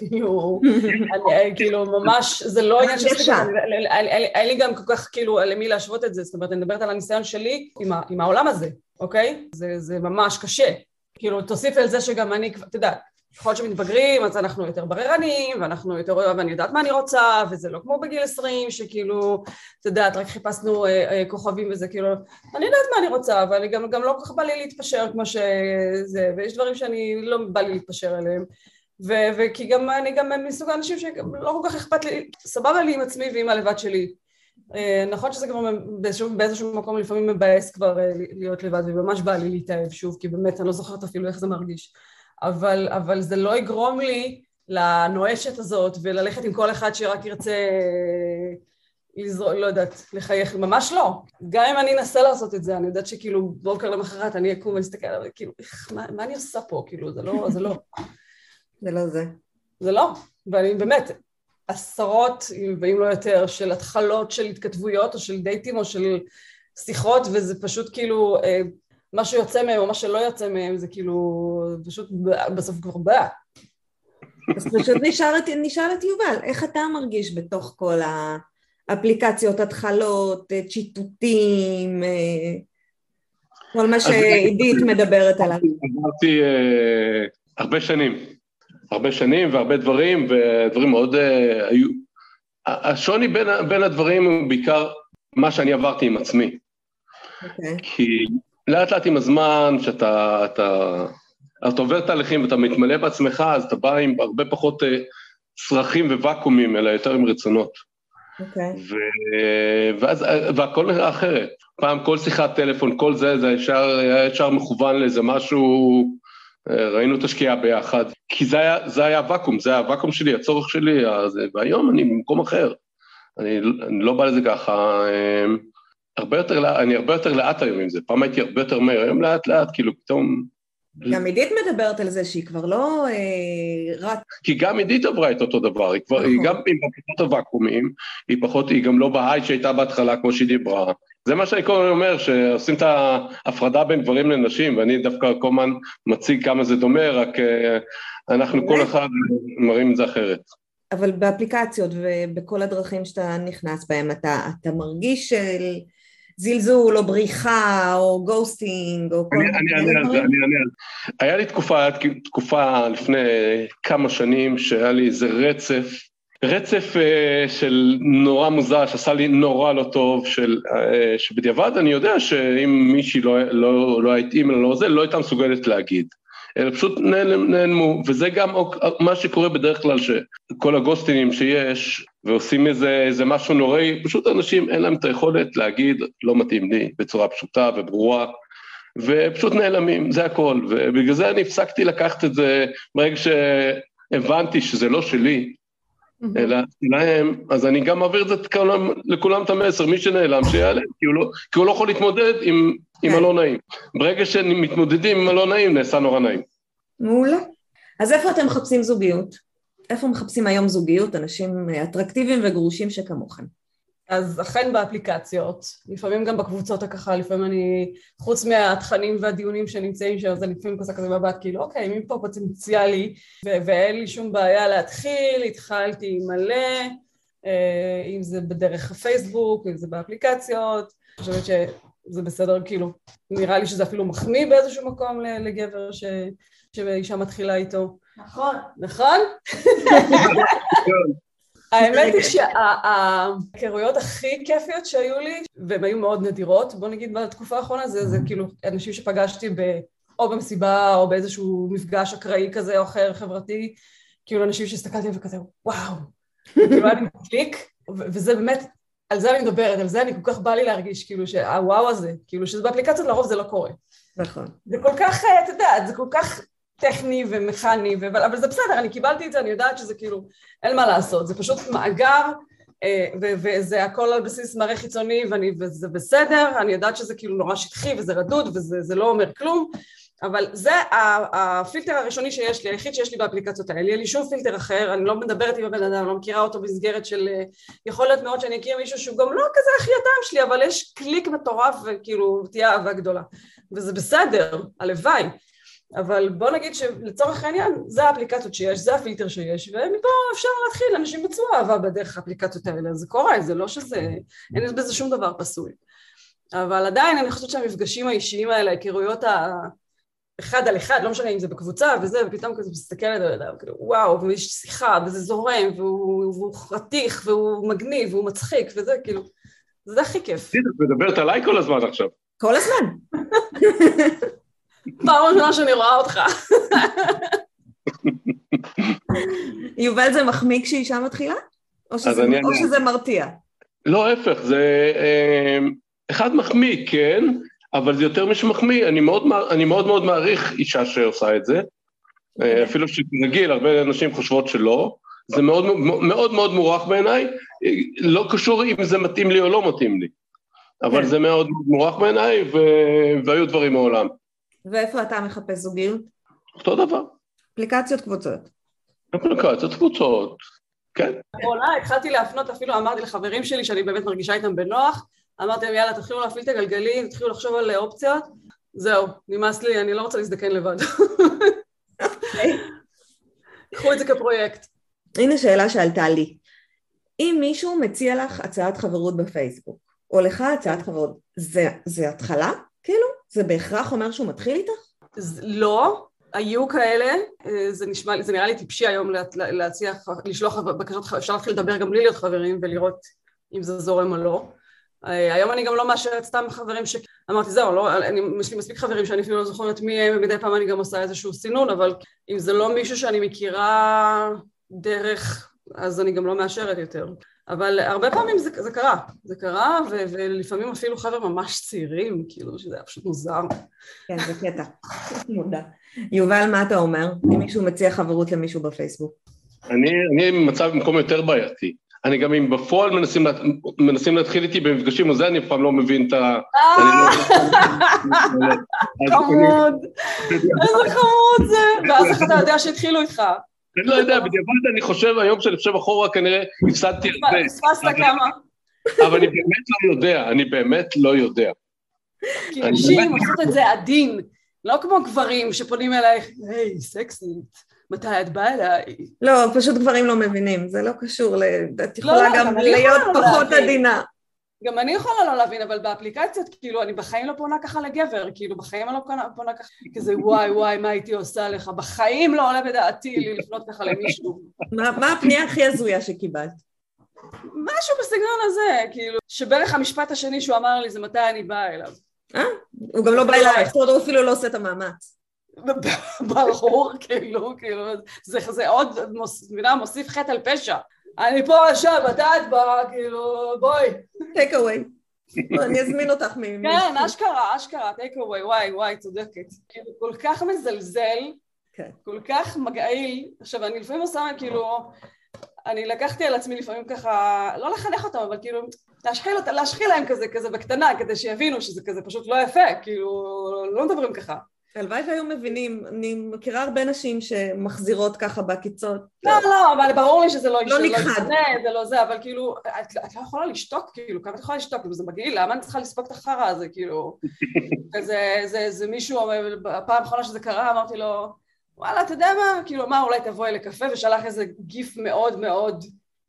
כאילו, ממש, זה לא עניין של סטיגמות. אין לי גם כל כך, כאילו, למי להשוות את זה. זאת אומרת, אני מדברת על הניסיון שלי עם העולם הזה, אוקיי? זה ממש קשה. כאילו, תוסיף על זה שגם אני, אתה יודע, ככל שמתבגרים, אז אנחנו יותר בררנים, ואנחנו יותר, ואני יודעת מה אני רוצה, וזה לא כמו בגיל עשרים, שכאילו, אתה יודעת, רק חיפשנו אה, אה, כוכבים וזה, כאילו, אני יודעת מה אני רוצה, אבל גם, גם לא כל כך בא לי להתפשר כמו שזה, ויש דברים שאני לא בא לי להתפשר עליהם, ו- וכי גם אני גם מסוג האנשים שלא כל כך אכפת לי, סבבה לי עם עצמי ועם הלבד שלי. אה, נכון שזה כבר באיזשהו, באיזשהו מקום לפעמים מבאס כבר אה, להיות לבד, וממש בא לי להתאהב שוב, כי באמת אני לא זוכרת אפילו איך זה מרגיש. אבל, אבל זה לא יגרום לי לנואשת הזאת וללכת עם כל אחד שרק ירצה לזרוק, לא יודעת, לחייך, ממש לא. גם אם אני אנסה לעשות את זה, אני יודעת שכאילו בוקר למחרת אני אקום ואסתכל עליו, כאילו, מה, מה אני עושה פה? כאילו, זה לא, זה לא. זה לא זה. זה לא, ואני באמת, עשרות, ואם לא יותר, של התחלות של התכתבויות, או של דייטים, או של שיחות, וזה פשוט כאילו, מה שיוצא מהם, או מה שלא יוצא מהם, זה כאילו, פשוט בסוף כבר בא. אז פשוט נשאל את, נשאל את יובל, איך אתה מרגיש בתוך כל האפליקציות, התחלות, צ'יטוטים, כל מה שעידית מדברת עליו? עברתי הרבה שנים, הרבה שנים והרבה דברים, ודברים מאוד היו... השוני בין, בין הדברים הוא בעיקר מה שאני עברתי עם עצמי. Okay. כי לאט לאט עם הזמן, שאתה... אתה... אתה עובר תהליכים ואתה מתמלא בעצמך, אז אתה בא עם הרבה פחות צרכים וואקומים, אלא יותר עם רצונות. אוקיי. ו... ואז, והכל נראה אחרת. פעם כל שיחת טלפון, כל זה, זה ישר, היה ישר מכוון לאיזה משהו, ראינו את השקיעה ביחד, כי זה היה, זה היה הוואקום, זה היה הוואקום שלי, הצורך שלי, אז, והיום אני במקום אחר. אני, אני לא בא לזה ככה, הרבה יותר, אני הרבה יותר לאט היום עם זה, פעם הייתי הרבה יותר מהר, היום לאט לאט, כאילו פתאום... גם עידית מדברת על זה שהיא כבר לא אה, רק... כי גם עידית עברה את אותו דבר, היא, כבר, היא גם עם פחות הוואקומים, היא פחות, היא גם לא בהיי שהייתה בהתחלה כמו שהיא דיברה. זה מה שאני כל הזמן אומר, שעושים את ההפרדה בין גברים לנשים, ואני דווקא כל הזמן מציג כמה זה דומה, רק אנחנו כל אחד מראים את זה אחרת. אבל באפליקציות ובכל הדרכים שאתה נכנס בהם, אתה, אתה מרגיש של... זלזול או בריחה או גוסטינג או כל מיני דברים? אני אענה על זה, אני אענה על זה. היה לי תקופה, תקופה לפני כמה שנים שהיה לי איזה רצף, רצף של נורא מוזר, שעשה לי נורא לא טוב, של, שבדיעבד אני יודע שאם מישהי לא, לא, לא הייתים אלא לא זה, לא הייתה מסוגלת להגיד. אלא פשוט נעלמו, וזה גם מה שקורה בדרך כלל, שכל הגוסטינים שיש, ועושים איזה, איזה משהו נוראי, פשוט אנשים אין להם את היכולת להגיד, לא מתאים לי, בצורה פשוטה וברורה, ופשוט נעלמים, זה הכל, ובגלל זה אני הפסקתי לקחת את זה, ברגע שהבנתי שזה לא שלי, אלא להם, אז אני גם מעביר את זה לכולם את המסר, מי שנעלם שיעלם, כי הוא לא, כי הוא לא יכול להתמודד עם, עם הלא נעים. ברגע שמתמודדים עם הלא נעים, נעשה נורא נעים. מעולה. אז איפה אתם מחפשים זוגיות? איפה מחפשים היום זוגיות? אנשים אטרקטיביים וגרושים שכמוכם. אז אכן באפליקציות, לפעמים גם בקבוצות הככה, לפעמים אני, חוץ מהתכנים והדיונים שנמצאים שם, אז אני לפעמים כזה כזה מבט, כאילו, אוקיי, מי פה פוטנציאלי, ו- ואין לי שום בעיה להתחיל, התחלתי מלא, אה, אם זה בדרך הפייסבוק, אם זה באפליקציות, אני חושבת שזה בסדר, כאילו, נראה לי שזה אפילו מחמיא באיזשהו מקום לגבר ש- שאישה מתחילה איתו. נכון. נכון? האמת היא שההיכרויות הכי כיפיות שהיו לי, והן היו מאוד נדירות, בוא נגיד בתקופה האחרונה, זה, זה כאילו אנשים שפגשתי ב, או במסיבה, או באיזשהו מפגש אקראי כזה או אחר חברתי, כאילו אנשים שהסתכלתי וכזה, וואו, כאילו היה לי קליק, וזה באמת, על זה אני מדברת, על זה אני כל כך בא לי להרגיש, כאילו שהוואו הזה, כאילו שזה באפליקציות לרוב זה לא קורה. נכון. זה כל כך, אתה יודע, זה כל כך... טכני ומכני, ו... אבל זה בסדר, אני קיבלתי את זה, אני יודעת שזה כאילו, אין מה לעשות, זה פשוט מאגר, ו... וזה הכל על בסיס מראה חיצוני, ואני... וזה בסדר, אני יודעת שזה כאילו נורא שטחי, וזה רדוד, וזה לא אומר כלום, אבל זה הפילטר הראשוני שיש לי, היחיד שיש לי באפליקציות האלה, אין לי שום פילטר אחר, אני לא מדברת עם הבן אדם, לא מכירה אותו במסגרת של, יכול להיות מאוד שאני אכיר מישהו שהוא גם לא כזה הכי הטעם שלי, אבל יש קליק מטורף, וכאילו תהיה אהבה גדולה, וזה בסדר, הלוואי. אבל בוא נגיד שלצורך העניין, זה האפליקציות שיש, זה הפילטר שיש, ומפה אפשר להתחיל, אנשים מצאו אהבה בדרך האפליקציות האלה, זה קורה, זה לא שזה, אין בזה שום דבר פסוי. אבל עדיין אני חושבת שהמפגשים האישיים האלה, היכרויות האחד על אחד, לא משנה אם זה בקבוצה וזה, ופתאום כזה מסתכלת על אדם, כאילו וואו, ויש שיחה, וזה זורם, והוא, והוא חתיך, והוא מגניב, והוא מצחיק, וזה כאילו, זה הכי כיף. את מדברת עליי כל הזמן עכשיו. כל הזמן. פעם ראשונה שאני רואה אותך. יובל, זה מחמיא כשאישה מתחילה? או שזה, אני, או שזה מרתיע? לא, ההפך, זה אחד מחמיא, כן, אבל זה יותר משמחמיא, אני מאוד, אני מאוד מאוד מעריך אישה שעושה את זה, אפילו שרגיל, הרבה אנשים חושבות שלא, זה מאוד מאוד מאוד מורח בעיניי, לא קשור אם זה מתאים לי או לא מתאים לי, אבל זה מאוד מורח בעיניי, והיו דברים מעולם. ואיפה אתה מחפש זוגיות? אותו דבר. אפליקציות קבוצות. אפליקציות קבוצות, כן. לאחרונה התחלתי להפנות, אפילו אמרתי לחברים שלי שאני באמת מרגישה איתם בנוח, אמרתי להם יאללה תתחילו להפעיל את הגלגלים, תתחילו לחשוב על אופציות, זהו, נמאס לי, אני לא רוצה להזדקן לבד. קחו את זה כפרויקט. הנה שאלה שעלתה לי. אם מישהו מציע לך הצעת חברות בפייסבוק, או לך הצעת חברות, זה, זה התחלה? כאילו? זה בהכרח אומר שהוא מתחיל איתך? לא, היו כאלה, זה, נשמע, זה נראה לי טיפשי היום להציע, לשלוח בקשות, אפשר להתחיל לדבר גם בלי להיות חברים ולראות אם זה זורם או לא. היום אני גם לא מאשרת סתם חברים שאמרתי זהו, לא, אני, יש לי מספיק חברים שאני אפילו לא זוכרת מי הם, ומדי פעם אני גם עושה איזשהו סינון, אבל אם זה לא מישהו שאני מכירה דרך, אז אני גם לא מאשרת יותר. אבל הרבה פעמים זה, זה קרה, זה קרה, ו, ולפעמים אפילו חבר ממש צעירים, כאילו שזה היה פשוט מוזר. כן, זה קטע, מודע. יובל, מה אתה אומר? אם מישהו מציע חברות למישהו בפייסבוק? אני, אני במצב במקום יותר בעייתי. אני גם אם בפועל מנסים, מנסים להתחיל איתי במפגשים, וזה אני אף פעם לא מבין את ה... חמוד, איזה חמוד זה, ואז איך אתה יודע שהתחילו איתך? אני לא יודע, בדיעבד אני חושב, היום שאני חושב אחורה כנראה הפסדתי את זה. פספסת כמה. אבל אני באמת לא יודע, אני באמת לא יודע. כי נשים עושות את זה עדין, לא כמו גברים שפונים אלייך, היי, סקסית. מתי את באה אליי? לא, פשוט גברים לא מבינים, זה לא קשור, את יכולה גם להיות פחות עדינה. גם אני יכולה לא להבין, אבל באפליקציות, כאילו, אני בחיים לא פונה ככה לגבר, כאילו, בחיים אני לא פונה ככה, כזה וואי וואי, מה הייתי עושה לך? בחיים לא עולה בדעתי לי לפנות ככה למישהו. מה הפנייה הכי הזויה שקיבלת? משהו בסגנון הזה, כאילו, שבערך המשפט השני שהוא אמר לי, זה מתי אני באה אליו. אה? הוא גם לא בא אליי, הוא אפילו לא עושה את המאמץ. ברור, כאילו, כאילו, זה עוד, מבינה, מוסיף חטא על פשע. אני פה עכשיו, אתה את באה, כאילו, בואי. take away. אני אזמין אותך מ... כן, אשכרה, אשכרה, take away, וואי, וואי, צודקת. כאילו, כל כך מזלזל, כל כך מגעיל. עכשיו, אני לפעמים עושה, כאילו, אני לקחתי על עצמי לפעמים ככה, לא לחנך אותם, אבל כאילו, להשחיל אותם, להשחיל להם כזה, כזה בקטנה, כדי שיבינו שזה כזה פשוט לא יפה, כאילו, לא מדברים ככה. הלוואי והיו מבינים, אני מכירה הרבה נשים שמחזירות ככה בקיצות. לא, לא, אבל ברור לי שזה לא נכחד. זה לא זה, אבל כאילו, את לא יכולה לשתוק, כאילו, כמה את יכולה לשתוק, זה מגעיל, למה אני צריכה לספוק את החרא הזה, כאילו, זה מישהו, הפעם האחרונה שזה קרה, אמרתי לו, וואלה, אתה יודע מה, כאילו, מה, אולי תבואי לקפה, ושלח איזה גיף מאוד מאוד,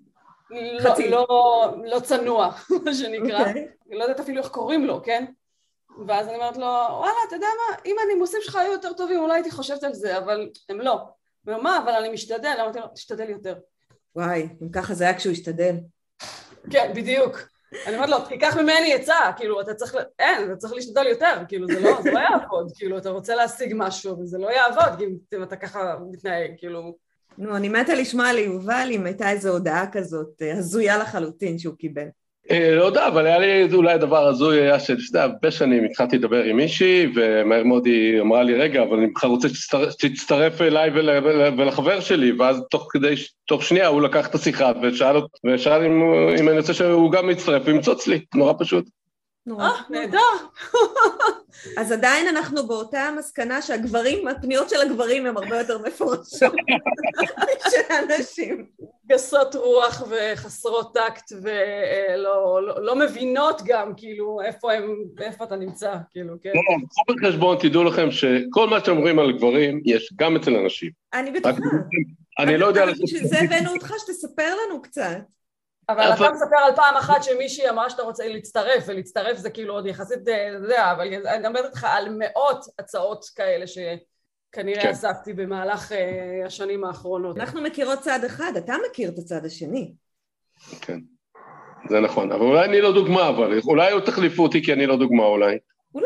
לא צנוע, מה שנקרא, לא יודעת אפילו איך קוראים לו, כן? ואז אני אומרת לו, וואלה, אתה יודע מה, אם הנימוסים שלך היו יותר טובים, אולי הייתי חושבת על זה, אבל הם לא. ואומר, מה, אבל אני משתדל, אמרתי לו, תשתדל יותר. וואי, אם ככה זה היה כשהוא השתדל. כן, בדיוק. אני אומרת לו, תיקח ממני עצה, כאילו, אתה צריך, אין, אתה צריך להשתדל יותר, כאילו, זה לא, זה לא יעבוד, כאילו, אתה רוצה להשיג משהו, וזה לא יעבוד, אם אתה ככה מתנהג, כאילו. נו, אני מתה לשמוע ליובל אם הייתה איזו הודעה כזאת, הזויה לחלוטין שהוא קיבל. לא יודע, אבל היה לי אולי הדבר הזוי היה של שתי הרבה שנים התחלתי לדבר עם מישהי, ומהר מאוד היא אמרה לי, רגע, אבל אני בכלל רוצה שתצטרף אליי ולחבר שלי, ואז תוך כדי, תוך שנייה הוא לקח את השיחה ושאל אם אני רוצה שהוא גם יצטרף וימצוץ לי, נורא פשוט. אה, נהדר. אז עדיין אנחנו באותה המסקנה שהגברים, הפניות של הגברים הם הרבה יותר מפורשות של אנשים. גסות רוח וחסרות טקט ולא לא, לא מבינות גם, כאילו, איפה הם, איפה אתה נמצא, כאילו, כן. לא, לא, קחו בחשבון, תדעו לכם שכל מה שאתם אומרים על גברים, יש גם אצל אנשים. אני בטוחה. אני לא יודע... אבל בשביל זה הבאנו אותך שתספר לנו קצת. אבל אתה מספר על פעם אחת שמישהי אמרה שאתה רוצה להצטרף, ולהצטרף זה כאילו עוד יחסית, אתה יודע, אבל אני מדברת איתך על מאות הצעות כאלה שכנראה אספתי במהלך השנים האחרונות. אנחנו מכירות צד אחד, אתה מכיר את הצד השני. כן, זה נכון, אבל אולי אני לא דוגמה, אבל אולי הוא תחליפו אותי כי אני לא דוגמה אולי. אולי.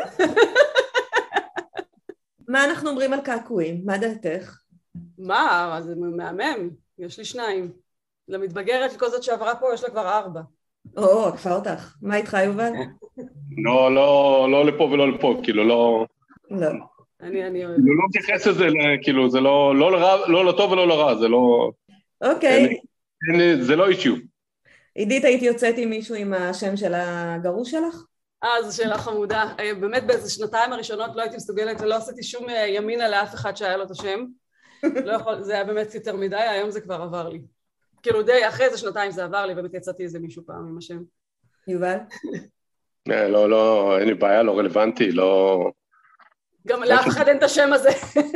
מה אנחנו אומרים על קעקועים? מה דעתך? מה? זה מהמם, יש לי שניים. למתבגרת כל זאת שעברה פה, יש לה כבר ארבע. או, עקפה אותך. מה איתך, יובל? לא, לא, לא לפה ולא לפה, כאילו, לא... לא. אני, אני... כאילו, לא מתייחס לזה, כאילו, זה לא, לא לרע, לא לטוב ולא לרע, זה לא... אוקיי, זה לא אישיו. עידית, היית יוצאת עם מישהו עם השם של הגרוש שלך? אה, זו שאלה חמודה. באמת באיזה שנתיים הראשונות לא הייתי מסוגלת ולא עשיתי שום ימינה לאף אחד שהיה לו את השם. לא יכול, זה היה באמת יותר מדי, היום זה כבר עבר לי. כאילו די, אחרי איזה שנתיים זה עבר לי, באמת יצאתי איזה מישהו פעם עם השם. יובל? לא, לא, אין לי בעיה, לא רלוונטי, לא... גם לאף אחד אין את השם הזה.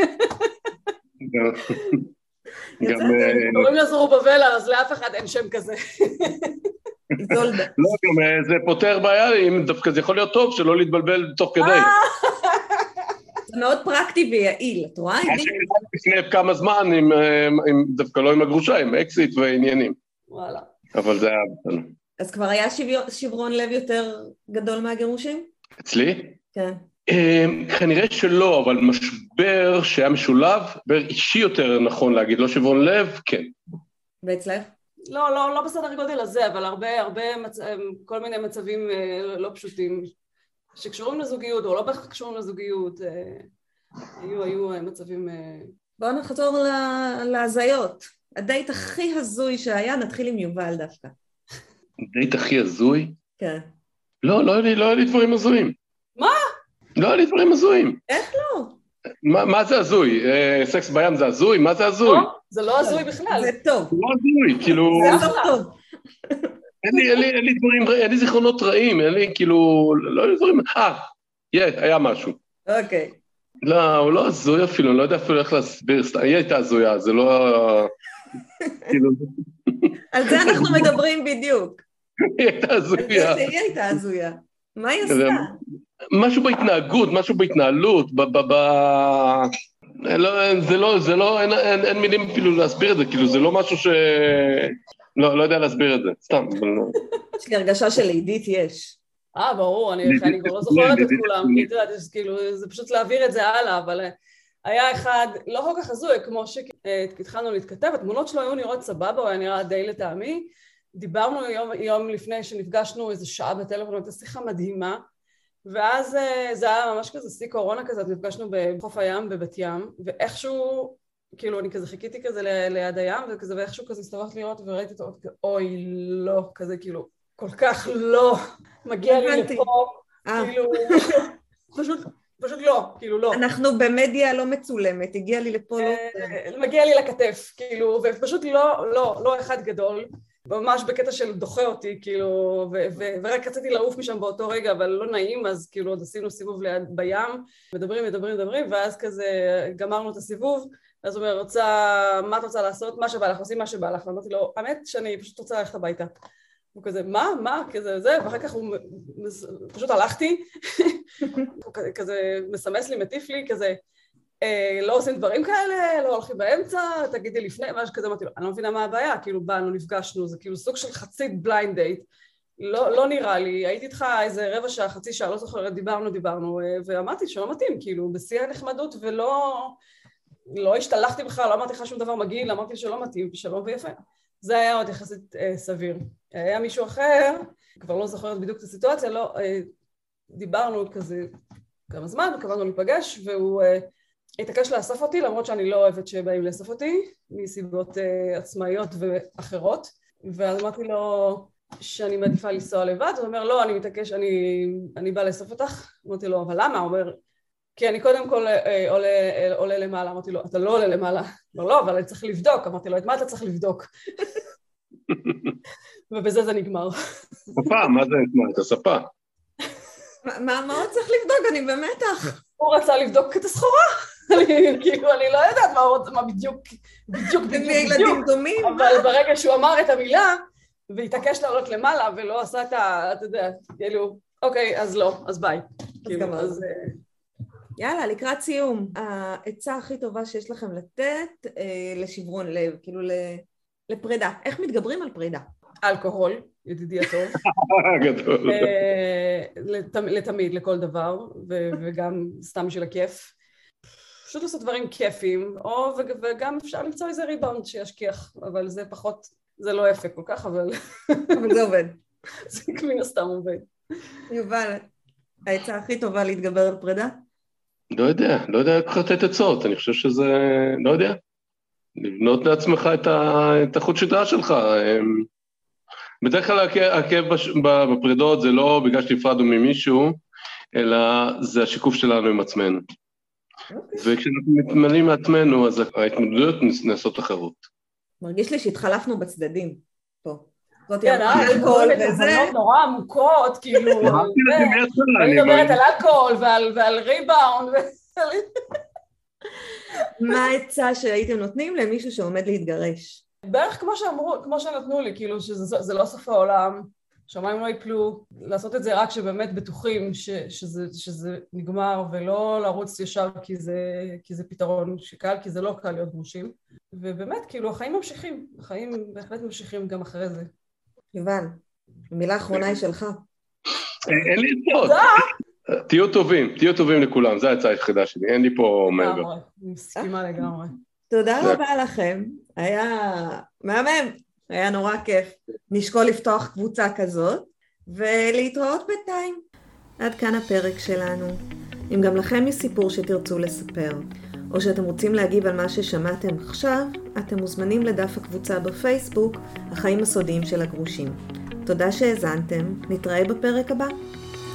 גם... קוראים לזרובבל, אז לאף אחד אין שם כזה. זולדה. לא, גם זה פותר בעיה, אם דווקא זה יכול להיות טוב, שלא להתבלבל תוך כדי. זה מאוד פרקטי ויעיל, את רואה? לפני כמה זמן, דווקא לא עם הגרושה, עם אקזיט ועניינים. וואלה. אבל זה היה... אז כבר היה שברון לב יותר גדול מהגירושים? אצלי? כן. כנראה שלא, אבל משבר שהיה משולב, אישי יותר נכון להגיד, לא שברון לב, כן. ואצלך? לא, לא, לא בסדר גודל הזה, אבל הרבה, הרבה, כל מיני מצבים לא פשוטים, שקשורים לזוגיות, או לא בהכרח קשורים לזוגיות, היו, היו מצבים... בואו נחזור להזיות. הדייט הכי הזוי שהיה, נתחיל עם יובל דווקא. הדייט הכי הזוי? כן. לא, לא היה לי, לא היה לי דברים הזויים. מה? לא היה לי דברים הזויים. איך לא? מה, מה זה הזוי? סקס בים זה הזוי? מה זה הזוי? זה לא הזוי בכלל. זה טוב. זה לא הזוי, כאילו... זה לא טוב. אין לי, אין לי, אין לי דברים, אין לי זיכרונות רעים, אין לי כאילו, לא היה לי דברים, אה, היה משהו. אוקיי. לא, הוא לא הזוי אפילו, אני לא יודע אפילו איך להסביר, היא הייתה הזויה, זה לא... כאילו... על זה אנחנו מדברים בדיוק. היא הייתה הזויה. על זה שהיא הייתה הזויה. מה היא עשתה? משהו בהתנהגות, משהו בהתנהלות, ב... ב... ב... לא, זה לא, זה לא, אין, אין, אין מילים אפילו להסביר את זה, כאילו זה לא משהו ש... לא, לא יודע להסביר את זה, סתם. יש לי הרגשה שלעידית יש. אה, ברור, אני כבר לא זוכרת את כולם, כאילו, זה פשוט להעביר את זה הלאה, אבל היה אחד, לא כל כך הזוי, כמו שהתחלנו להתכתב, התמונות שלו היו נראות סבבה, הוא היה נראה די לטעמי, דיברנו יום, יום לפני שנפגשנו איזה שעה בטלפון, הייתה שיחה מדהימה, ואז זה היה ממש כזה שיא קורונה כזה, נפגשנו בחוף הים בבת ים, ואיכשהו, כאילו אני כזה חיכיתי כזה ליד הים, וכזה, ואיכשהו כזה הסתובבת לראות וראיתי אותו, אוי לא, כזה כאילו, כל כך לא, מגיע לי לפה, כאילו, פשוט, פשוט לא, כאילו לא. אנחנו במדיה לא מצולמת, הגיע לי לפה לא... מגיע לי לכתף, כאילו, ופשוט לא, לא, לא אחד גדול, ממש בקטע של דוחה אותי, כאילו, ורק רציתי לעוף משם באותו רגע, אבל לא נעים, אז כאילו עוד עשינו סיבוב ליד בים, מדברים, מדברים, מדברים, ואז כזה גמרנו את הסיבוב, אז הוא אומר, רוצה, מה את רוצה לעשות? מה שבא לך, עושים מה שבא לך, ואמרתי לו, האמת שאני פשוט רוצה ללכת הביתה. הוא כזה, מה? מה? כזה, זה, ואחר כך הוא, פשוט הלכתי, הוא כזה מסמס לי, מטיף לי, כזה, לא עושים דברים כאלה, לא הולכים באמצע, תגידי לפני, משהו כזה, אמרתי לו, אני לא מבינה מה הבעיה, כאילו באנו, נפגשנו, זה כאילו סוג של חצי בליינד דייט, לא, לא נראה לי, הייתי איתך איזה רבע שעה, חצי שעה, לא זוכרת, דיברנו, דיברנו, ואמרתי שלא מתאים, כאילו, בשיא הנחמדות, ולא, לא השתלחתי בכלל, לא אמרתי לך שום דבר מגעיל, אמרתי שלא מתאים, שלום ויפה. זה היה עוד יחסית אה, סביר. היה מישהו אחר, כבר לא זוכרת בדיוק את הסיטואציה, לא, אה, דיברנו כזה כמה זמן, וקבענו להיפגש, והוא אה, התעקש לאסוף אותי, למרות שאני לא אוהבת שבאים לאסוף אותי, מסיבות אה, עצמאיות ואחרות, ואז אמרתי לו שאני מעדיפה לנסוע לבד, הוא אומר, לא, אני מתעקש, אני, אני באה לאסוף אותך, אמרתי לו, אבל למה? הוא אומר, כי אני קודם כל אה, עולה, אה, עולה למעלה, אמרתי לו, אתה לא עולה למעלה, הוא אומר, לא, אבל אני צריך לבדוק, אמרתי לו, את מה אתה צריך לבדוק? ובזה זה נגמר. ספה, מה זה, מה, אתה ספה? מה עוד צריך לבדוק? אני במתח. הוא רצה לבדוק את הסחורה, כאילו, אני לא יודעת מה הוא רוצה, מה בדיוק, בדיוק, בדיוק, בדיוק, אבל ברגע שהוא אמר את המילה, והתעקש לעלות למעלה, ולא עשה את ה, אתה יודע, כאילו, אוקיי, אז לא, אז ביי. אז יאללה, לקראת סיום, העצה הכי טובה שיש לכם לתת לשברון לב, כאילו לפרידה. איך מתגברים על פרידה? אלכוהול, ידידי הטוב. גדול. לתמיד, לכל דבר, וגם סתם בשביל הכיף. פשוט לעשות דברים כיפים, וגם אפשר למצוא איזה ריבאונד שישכיח, אבל זה פחות, זה לא יפה כל כך, אבל... אבל זה עובד. זה מן הסתם עובד. יובל, העצה הכי טובה להתגבר על פרידה? לא יודע, לא יודע איך לתת עצות, אני חושב שזה, לא יודע. לבנות לעצמך את, ה, את החוט שדרה שלך. בדרך כלל הכאב בפרידות זה לא בגלל שנפרדנו ממישהו, אלא זה השיקוף שלנו עם עצמנו. Okay. וכשאנחנו מתמלאים מעצמנו, אז ההתמודדויות נעשות אחרות. מרגיש לי שהתחלפנו בצדדים פה. כן, אלכוהול וזה. נורא עמוקות, כאילו, אני מדברת על אלכוהול ועל ריבאונד. מה העצה שהייתם נותנים למישהו שעומד להתגרש? בערך כמו שאמרו, כמו שנתנו לי, כאילו שזה לא סוף העולם, שמיים לא ייפלו, לעשות את זה רק שבאמת בטוחים שזה נגמר, ולא לרוץ ישר כי זה פתרון שקל, כי זה לא קל להיות גרושים. ובאמת, כאילו, החיים ממשיכים, החיים בהחלט ממשיכים גם אחרי זה. יובל, המילה האחרונה היא שלך. אין לי עצות. תהיו טובים, תהיו טובים לכולם, זו העצה היחידה שלי, אין לי פה מעבר. אני מסכימה לגמרי. תודה רבה לכם, היה מהמם, היה נורא כיף. נשקול לפתוח קבוצה כזאת, ולהתראות בינתיים. עד כאן הפרק שלנו. אם גם לכם יש סיפור שתרצו לספר, או שאתם רוצים להגיב על מה ששמעתם עכשיו, אתם מוזמנים לדף הקבוצה בפייסבוק, החיים הסודיים של הגרושים. תודה שהאזנתם, נתראה בפרק הבא.